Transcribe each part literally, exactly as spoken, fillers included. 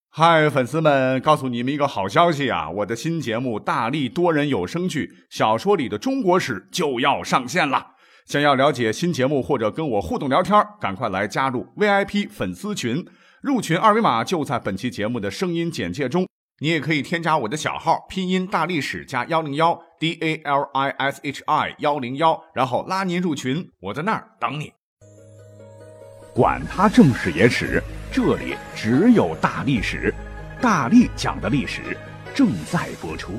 嗨，粉丝们，告诉你们一个好消息啊！我的新节目《大力多人有声剧小说里的中国史》就要上线了。想要了解新节目或者跟我互动聊天，赶快来加入 V I P 粉丝群，入群二维码就在本期节目的声音简介中。你也可以添加我的小号，拼音大历史加一零一 D A L I S H I 一零一，然后拉您入群，我在那儿等你。管他正史野史，这里只有大历史，大力讲的历史正在播出。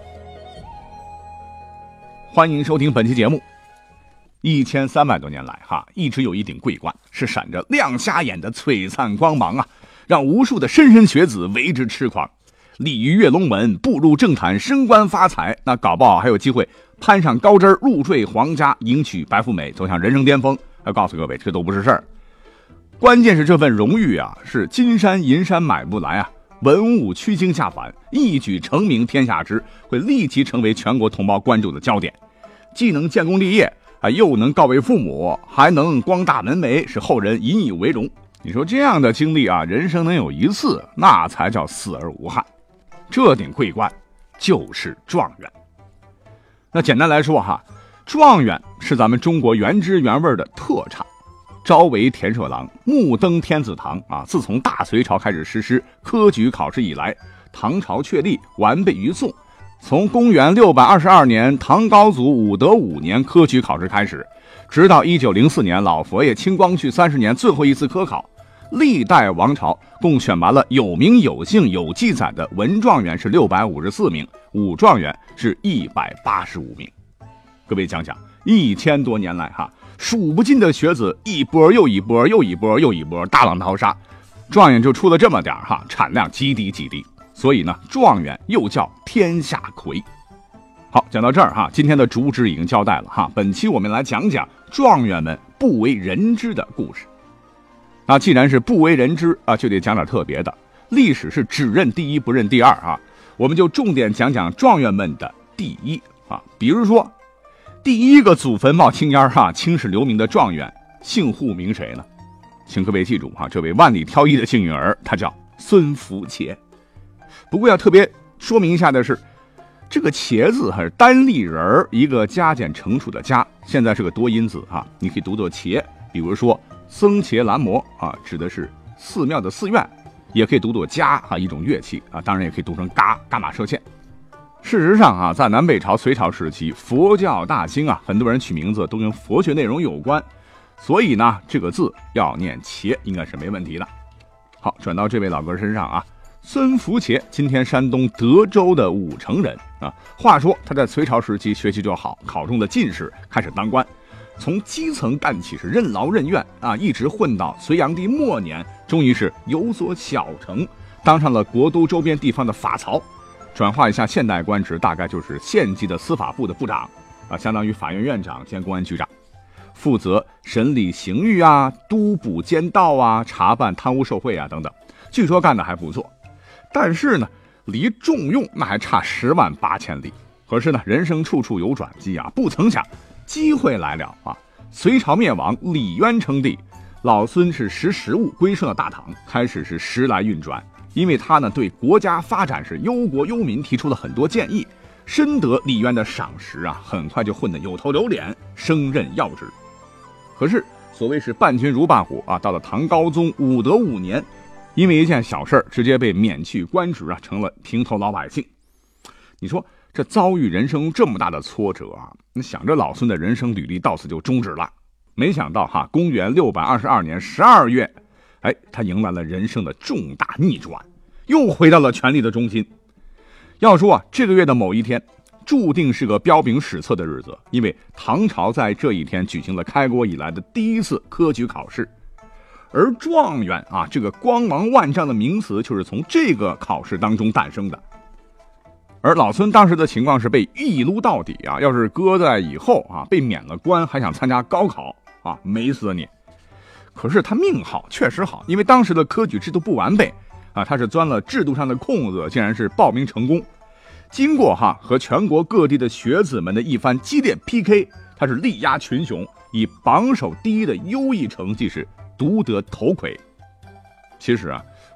欢迎收听本期节目。一千三百多年来哈，一直有一顶桂冠，是闪着亮瞎眼的璀璨光芒啊，让无数的莘莘学子为之痴狂。立于跃龙门，步入政坛，升官发财，那搞不好还有机会攀上高枝，入赘皇家，迎娶白富美，走向人生巅峰。要告诉各位，这都不是事儿。关键是这份荣誉啊，是金山银山买不来啊！文武屈经下凡，一举成名天下知，会立即成为全国同胞关注的焦点。既能建功立业啊，又能告慰父母，还能光大门楣，使后人引以为荣。你说这样的经历啊，人生能有一次，那才叫死而无憾。这顶桂冠就是状元。那简单来说哈，状元是咱们中国原汁原味的特产。朝为田舍郎，暮登天子堂啊！自从大隋朝开始实施科举考试以来，唐朝确立，完备于宋。从公元六百二十二年唐高祖武德五年科举考试开始，直到一九零四年老佛爷清光绪三十年最后一次科考，历代王朝共选拔了有名有姓有记载的文状元是六百五十四名，武状元是一百八十五名。各位讲讲，一千多年来哈。数不尽的学子一波又一波又一波又一波大浪淘沙，状元就出了这么点哈，产量极低极低，所以呢，状元又叫天下魁。好，讲到这儿哈，今天的主旨已经交代了哈。本期我们来讲讲状元们不为人知的故事。那既然是不为人知啊，就得讲点特别的。历史是只认第一不认第二啊，我们就重点讲讲状元们的第一啊，比如说。第一个祖坟冒青烟哈，青史留名的状元姓户名谁呢？请各位记住哈，这位万里挑一的幸运儿，他叫孙福茄。不过要特别说明一下的是，这个茄字还是单立人一个加减乘除的加，现在是个多音字哈，你可以读作茄，比如说僧茄兰摩啊，指的是寺庙的寺院，也可以读作伽啊，一种乐器啊，当然也可以读成嘎伽马射线。事实上啊，在南北朝、隋朝时期，佛教大兴啊，很多人取名字都跟佛学内容有关，所以呢，这个字要念茄，应该是没问题的。好，转到这位老哥身上啊，孙福茄，今天山东德州的武城人啊。话说他在隋朝时期学习就好，考中了进士，开始当官，从基层干起，是任劳任怨啊，一直混到隋炀帝末年，终于是有所小成，当上了国都周边地方的法曹。转化一下现代官职，大概就是县级的司法部的部长啊，相当于法院院长兼公安局长，负责审理刑狱啊、督捕监盗啊、查办贪污受贿啊等等。据说干得还不错，但是呢，离重用那还差十万八千里。可是呢，人生处处有转机啊，不曾想机会来了啊！隋朝灭亡，李渊称帝，老孙是识时务，归顺了大唐，开始是时来运转。因为他呢对国家发展是忧国忧民提出了很多建议，深得李渊的赏识啊，很快就混得有头有脸，升任要职。可是所谓是伴君如伴虎啊，到了唐高宗武德五年，因为一件小事直接被免去官职啊，成了平头老百姓。你说这遭遇人生这么大的挫折啊，你想着老孙的人生履历到此就终止了。没想到哈，公元六百二十二年十二月。哎，他迎来了人生的重大逆转，又回到了权力的中心。要说啊，这个月的某一天，注定是个彪炳史册的日子，因为唐朝在这一天举行了开国以来的第一次科举考试，而状元啊，这个光芒万丈的名词，就是从这个考试当中诞生的。而老孙当时的情况是被一撸到底啊，要是搁在以后啊，被免了官，还想参加高考啊，美死你！可是他命好，确实好，因为当时的科举制度不完备啊，他是钻了制度上的空子，竟然是报名成功。经过哈和全国各地的学子们的一番激烈 P K， 他是力压群雄，以榜首第一的优异成绩是独得头魁。其实啊，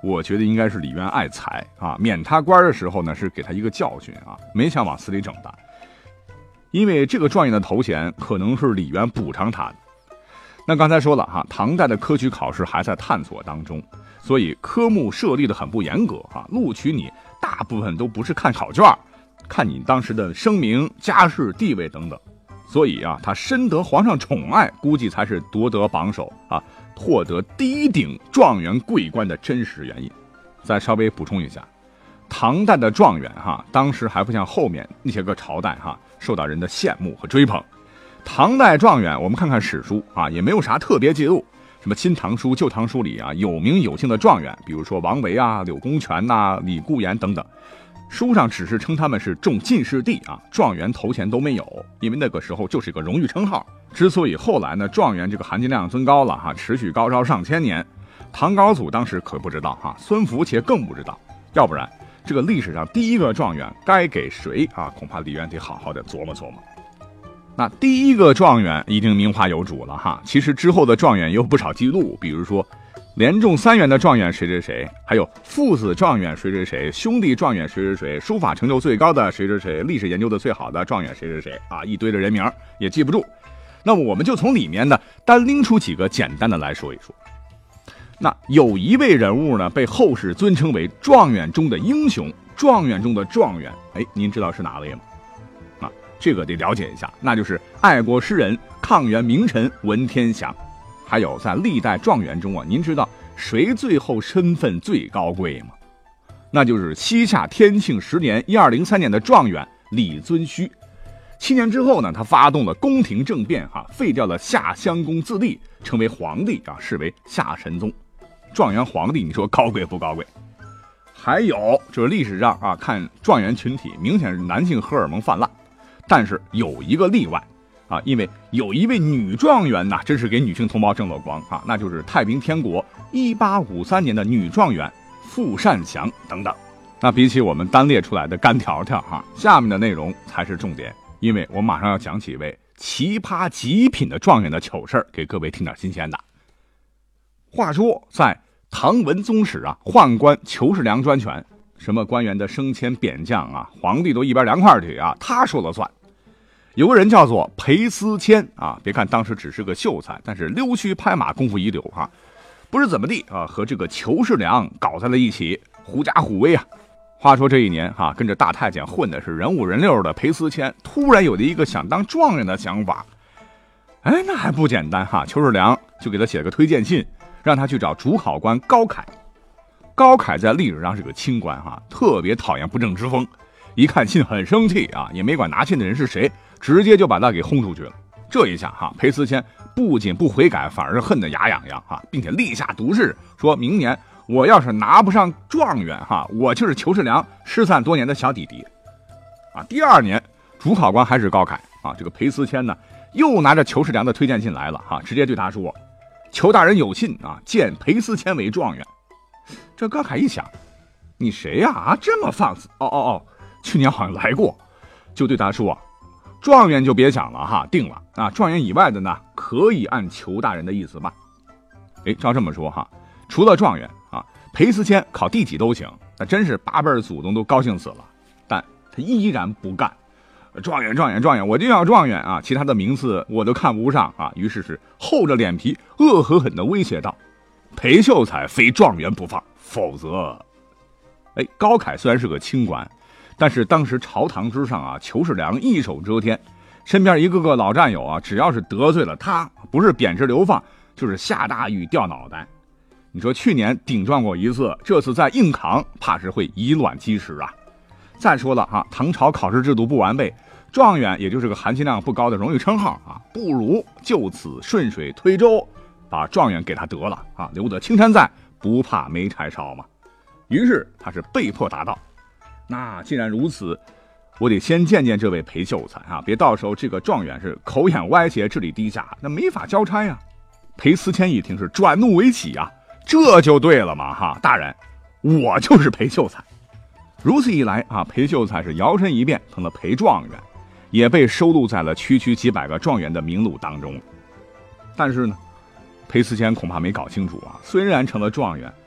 我觉得应该是李渊爱财啊，免他官的时候呢是给他一个教训啊，没想往死里整的。因为这个状元的头衔可能是李渊补偿他的。那刚才说了哈，唐代的科举考试还在探索当中，所以科目设立的很不严格啊，录取你大部分都不是看考卷，看你当时的声名、家世、地位等等。所以啊，他深得皇上宠爱，估计才是夺得榜首啊，获得第一顶状元桂冠的真实原因。再稍微补充一下，唐代的状元哈，当时还不像后面那些个朝代哈，受到人的羡慕和追捧。唐代状元，我们看看史书啊，也没有啥特别记录。什么《新唐书》《旧唐书》里啊，有名有姓的状元，比如说王维啊、柳公权呐、啊、李固言等等，书上只是称他们是中进士第啊，状元头衔都没有，因为那个时候就是一个荣誉称号。之所以后来呢，状元这个含金量增高了哈，持续高烧上千年，唐高祖当时可不知道哈，孙福且更不知道，要不然这个历史上第一个状元该给谁啊？恐怕李渊得好好的琢磨琢磨。那第一个状元一定名花有主了哈，其实之后的状元也有不少记录，比如说连中三元的状元谁谁谁，还有父子状元谁谁谁，兄弟状元谁谁谁，书法成就最高的谁谁谁，历史研究的最好的状元谁谁谁啊，一堆的人名也记不住。那么我们就从里面呢单拎出几个简单的来说一说。那有一位人物呢，被后世尊称为状元中的英雄，状元中的状元，哎，您知道是哪位吗？啊，这个得了解一下，那就是爱国诗人、抗元名臣文天祥。还有在历代状元中啊，您知道谁最后身份最高贵吗？那就是西夏天庆十年一二零三年的状元李遵顼。七年之后呢，他发动了宫廷政变哈、啊，废掉了夏襄公自立，成为皇帝啊，视为夏神宗。状元皇帝，你说高贵不高贵？还有就是历史上啊，看状元群体明显是男性荷尔蒙泛滥，但是有一个例外啊，因为有一位女状元呐，真是给女性同胞争了光啊，那就是太平天国一八五三年的女状元傅善祥等等。那比起我们单列出来的干条条哈、啊，下面的内容才是重点，因为我马上要讲几位奇葩极品的状元的糗事给各位听点新鲜的。话说在唐文宗时啊，宦官裘世良专权，什么官员的升迁贬降啊，皇帝都一边凉快去啊，他说了算。有个人叫做裴思谦啊，别看当时只是个秀才，但是溜须拍马功夫一流啊，不是怎么地啊，和这个裘世良搞在了一起，狐假虎威啊。话说这一年哈、啊，跟着大太监混的是人五人六的裴思谦，突然有了一个想当状元的想法。哎，那还不简单哈、啊，裘世良就给他写了个推荐信，让他去找主考官高凯。高凯在历史上是个清官哈、啊，特别讨厌不正之风，一看信很生气啊，也没管拿信的人是谁，直接就把他给轰出去了。这一下哈、啊，裴思谦不仅不悔改，反而恨得牙痒痒哈、啊，并且立下毒誓，说明年我要是拿不上状元哈、啊，我就是裘世良失散多年的小弟弟啊。第二年主考官还是高凯啊，这个裴思谦呢又拿着裘世良的推荐信来了哈、啊，直接对他说：“裘大人有信啊，荐裴思谦为状元。”这高凯一想，你谁呀 啊, 啊？这么放肆？哦哦哦，去年好像来过，就对他说：“状元就别想了哈，定了啊！状元以外的呢，可以按裘大人的意思办。”哎，照这么说哈，除了状元啊，裴思谦考第几都行，那真是八辈祖宗都高兴死了。但他依然不干，状元状元状元，我就要状元啊！其他的名次我都看不上啊！于是是厚着脸皮，恶狠狠地威胁道：“裴秀才非状元不放，否则……”哎，高凯虽然是个清官，但是当时朝堂之上啊，裘世良一手遮天，身边一个个老战友啊，只要是得罪了他，不是贬值流放，就是下大狱掉脑袋。你说去年顶撞过一次，这次再硬扛，怕是会以卵击石啊！再说了哈，唐朝考试制度不完备，状元也就是个含金量不高的荣誉称号啊，不如就此顺水推舟，把状元给他得了啊，留得青山在，不怕没柴烧嘛。于是他是被迫答道：“那既然如此，我得先见见这位裴秀才啊，别到时候这个状元是口眼歪斜，智力低下，那没法交差呀。”裴思谦一听是转怒为喜啊，这就对了嘛哈，大人，我就是裴秀才。如此一来啊，裴秀才是摇身一变成了裴状元，也被收录在了区区几百个状元的名录当中。但是呢，裴思谦恐怕没搞清楚啊，虽然成了状元，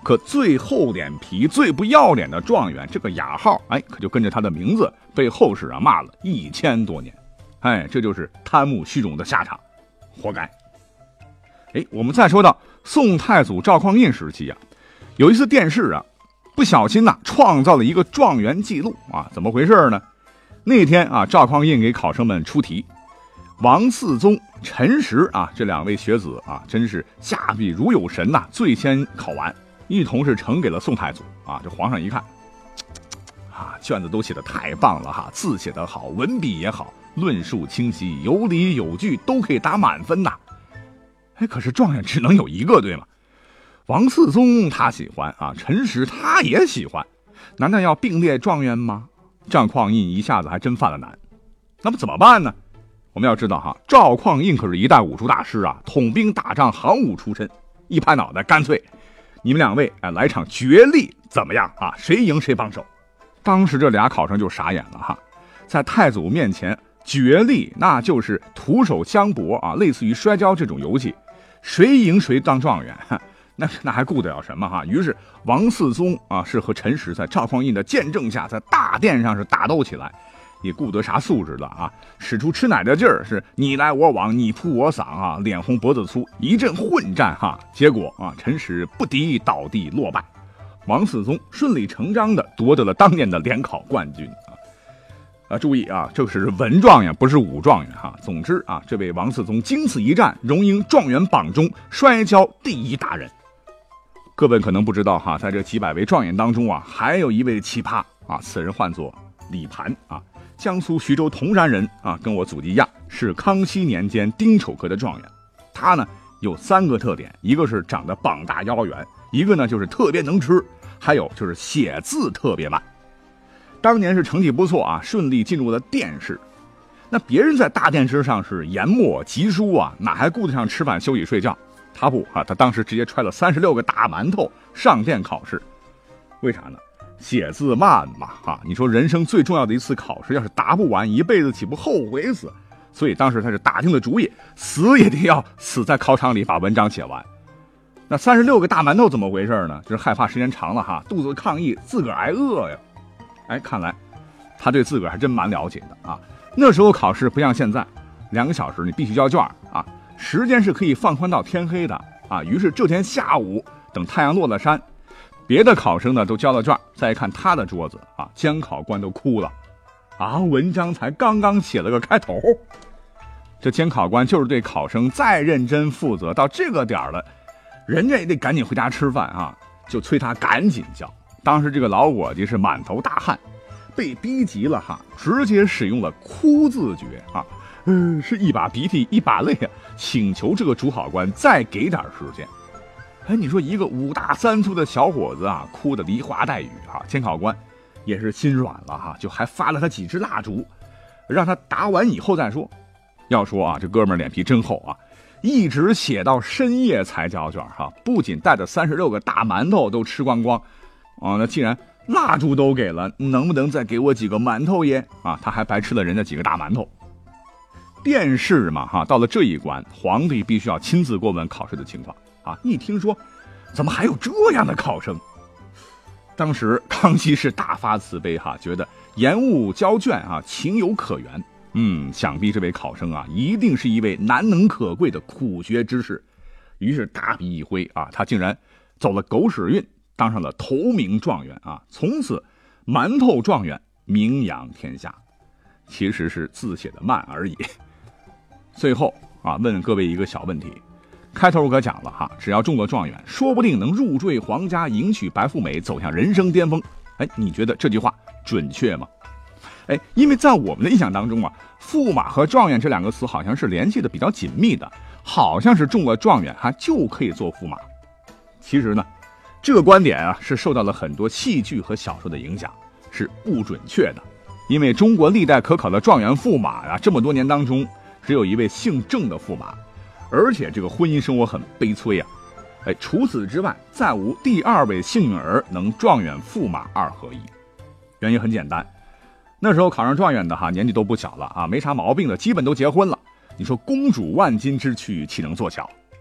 可最厚脸皮、最不要脸的状元这个雅号，哎，可就跟着他的名字被后世啊骂了一千多年。哎，这就是贪慕虚荣的下场，活该。哎，我们再说到宋太祖赵匡胤时期啊，有一次电视啊不小心呐、啊、创造了一个状元记录啊，怎么回事呢？那天啊，赵匡胤给考生们出题，王嗣宗、陈实啊这两位学子啊，真是下笔如有神呐、啊，最先考完，一同是呈给了宋太祖啊。这皇上一看，啊，卷子都写得太棒了哈，字写得好，文笔也好，论述清晰，有理有据，都可以打满分呐。哎，可是状元只能有一个，对吗？王嗣宗他喜欢啊，陈实他也喜欢，难道要并列状元吗？赵匡胤一下子还真犯了难。那么怎么办呢？我们要知道哈，赵匡胤可是一代武术大师啊，统兵打仗行武出身，一拍脑袋，干脆你们两位哎来场决力怎么样啊？谁赢谁帮手。当时这俩考生就傻眼了哈，在太祖面前决力，那就是徒手相搏啊，类似于摔跤这种游戏，谁赢谁当状元，那那还顾得了什么哈？于是王嗣宗啊是和陈实在赵匡胤的见证下，在大殿上是打斗起来，也顾得啥素质了啊？使出吃奶的劲儿，是你来我往，你扑我搡啊，脸红脖子粗，一阵混战哈。结果啊，陈实不敌倒地落败，王嗣宗顺理成章的夺得了当年的联考冠军啊。啊，注意啊，这是文状元，不是武状元哈。总之啊，这位王嗣宗经此一战，荣膺状元榜中摔跤第一达人。各位可能不知道哈，在这几百位状元当中啊，还有一位奇葩啊，此人唤作李盘啊，江苏徐州铜山人啊，跟我祖籍一样，是康熙年间丁丑科的状元。他呢有三个特点，一个是长得膀大腰圆，一个呢就是特别能吃，还有就是写字特别慢。当年是成绩不错啊，顺利进入了殿试。那别人在大殿之上是研墨疾书啊，哪还顾得上吃饭休息睡觉？他不啊，他当时直接揣了三十六个大馒头上殿考试。为啥呢？写字慢嘛啊！你说人生最重要的一次考试，要是答不完，一辈子岂不后悔死？所以当时他是打定了主意，死也得要死在考场里把文章写完。那三十六个大馒头怎么回事呢？就是害怕时间长了哈，肚子抗议，自个儿挨饿呀。哎，看来他对自个儿还真蛮了解的啊。那时候考试不像现在，两个小时你必须交卷啊，时间是可以放宽到天黑的啊。于是这天下午，等太阳落了山，别的考生呢都交了卷，再一看他的桌子啊，监考官都哭了啊，文章才刚刚写了个开头。这监考官就是对考生再认真负责，到这个点了，人家也得赶紧回家吃饭啊，就催他赶紧交。当时这个老伙计是满头大汗，被逼急了哈，直接使用了哭字诀啊，呃，是一把鼻涕一把泪啊，请求这个主考官再给点时间。哎，你说一个五大三粗的小伙子啊，哭得梨花带雨哈，监考官也是心软了哈，就还发了他几支蜡烛，让他答完以后再说。要说啊，这哥们儿脸皮真厚啊，一直写到深夜才交卷哈，不仅带着三十六个大馒头都吃光光。啊，那既然蜡烛都给了，能不能再给我几个馒头耶？啊，他还白吃了人家几个大馒头。殿试嘛，哈，到了这一关，皇帝必须要亲自过问考试的情况啊。一听说，怎么还有这样的考生？当时康熙是大发慈悲哈，觉得延误交卷啊，情有可原。嗯，想必这位考生啊，一定是一位难能可贵的苦学之士。于是大笔一挥啊，他竟然走了狗屎运。当上了头名状元啊，从此馒头状元名扬天下。其实是字写的慢而已。最后啊，问各位一个小问题，开头我可讲了哈，只要中了状元，说不定能入赘皇家，迎娶白富美，走向人生巅峰。哎，你觉得这句话准确吗？哎，因为在我们的印象当中啊，驸马和状元这两个词好像是联系的比较紧密的，好像是中了状元哈就可以做驸马。其实呢，这个观点啊，是受到了很多戏剧和小说的影响，是不准确的。因为中国历代可考的状元驸马啊，这么多年当中，只有一位姓郑的驸马，而且这个婚姻生活很悲催啊。哎，除此之外，再无第二位幸运儿能状元驸马二合一。原因很简单，那时候考上状元的哈，年纪都不小了啊，没啥毛病的，基本都结婚了。你说公主万金之躯，岂能做巧？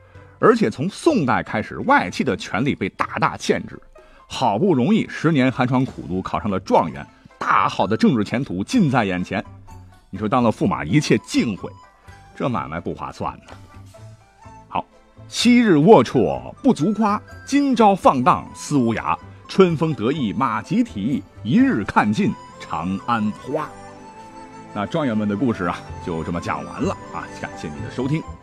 而且从宋代开始，外戚的权力被大大限制。好不容易十年寒窗苦读考上了状元，大好的政治前途近在眼前，你说当了驸马一切尽毁，这买卖不划算呢。好，昔日龌龊不足夸，今朝放荡思无涯。春风得意马急蹄，一日看尽长安花。那状元们的故事啊，就这么讲完了啊！感谢你的收听。